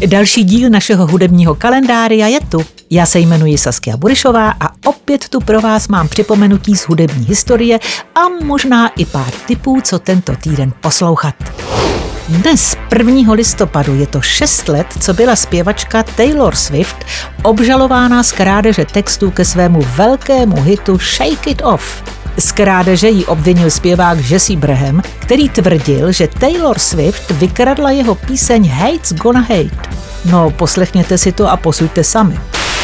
Další díl našeho hudebního kalendária je tu. Já se jmenuji Saskia Burešová a opět tu pro vás mám připomenutí z hudební historie a možná i pár tipů, co tento týden poslouchat. Dnes 1. listopadu je to 6 let, co byla zpěvačka Taylor Swift obžalována z krádeže textů ke svému velkému hitu Shake It Off. Z krádeže jí obvinil zpěvák Jesse Braham, který tvrdil, že Taylor Swift vykradla jeho píseň Hate's Gonna Hate. No, poslechněte si to a posuďte sami.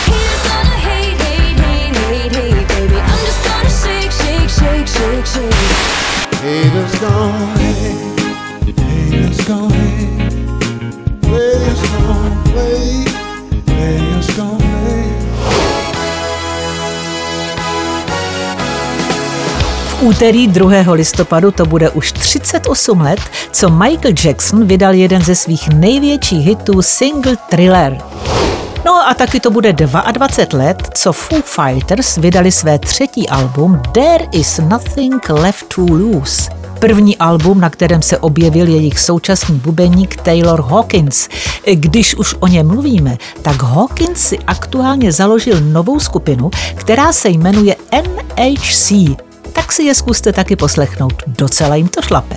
V úterý 2. listopadu to bude už 38 let, co Michael Jackson vydal jeden ze svých největších hitů single Thriller. No a taky to bude 22 let, co Foo Fighters vydali své 3. album There Is Nothing Left to Lose. První album, na kterém se objevil jejich současný bubeník Taylor Hawkins. Když už o něm mluvíme, tak Hawkins si aktuálně založil novou skupinu, která se jmenuje NHC. Tak si je zkuste taky poslechnout, docela jim to šlape.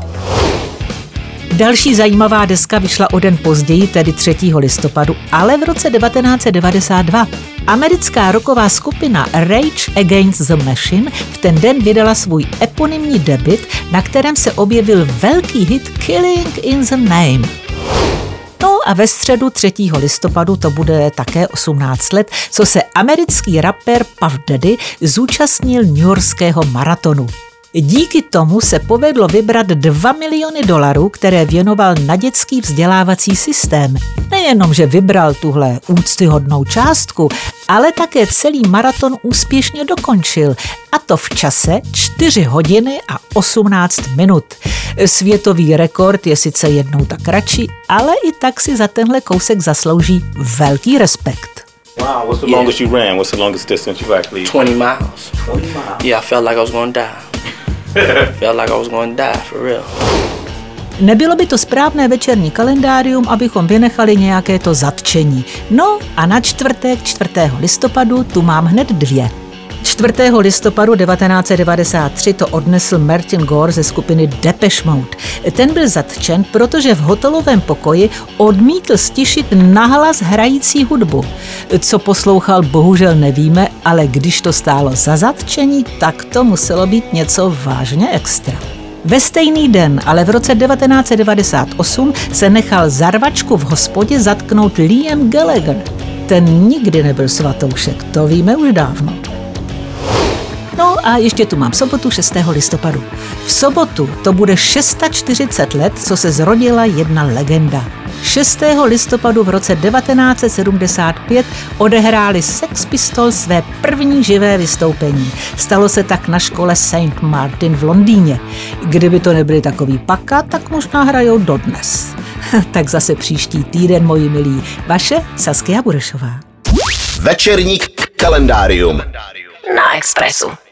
Další zajímavá deska vyšla o den později, tedy 3. listopadu, ale v roce 1992. Americká rocková skupina Rage Against the Machine v ten den vydala svůj eponymní debut, na kterém se objevil velký hit Killing in the Name. No a ve středu 3. listopadu to bude také 18 let, co se americký rapper Puff Daddy zúčastnil newyorského maratonu. Díky tomu se povedlo vybrat $2 miliony, které věnoval na dětský vzdělávací systém. Nejenom, že vybral tuhle úctyhodnou částku, ale také celý maraton úspěšně dokončil. A to v čase 4 hodiny a 18 minut. Světový rekord je sice jednou tak kratší, ale i tak si za tenhle kousek zaslouží velký respekt. Wow, what's the longest you ran? What's the longest distance you've actually... 20 miles. 20 miles. Yeah, I felt like I was going to die. Felt like I was going to die, for real. Nebylo by to správné večerní kalendárium, abychom vynechali nějaké to zatčení. No a na čtvrtek 4. listopadu tu mám hned 2. 4. listopadu 1993 to odnesl Martin Gore ze skupiny Depeche Mode. Ten byl zatčen, protože v hotelovém pokoji odmítl stišit nahlas hrající hudbu. Co poslouchal, bohužel nevíme, ale když to stálo za zatčení, tak to muselo být něco vážně extra. Ve stejný den, ale v roce 1998 se nechal za rvačku v hospodě zatknout Liam Gallagher. Ten nikdy nebyl svatoušek, to víme už dávno. No a ještě tu mám sobotu 6. listopadu. V sobotu to bude 640 let, co se zrodila jedna legenda. 6. listopadu v roce 1975 odehráli Sex Pistols své první živé vystoupení. Stalo se tak na škole St. Martin v Londýně. Kdyby to nebyly takový paka, tak možná hrajou dodnes. Tak zase příští týden, moji milí. Vaše Saskia Burešová. Večerník kalendárium na Expressu.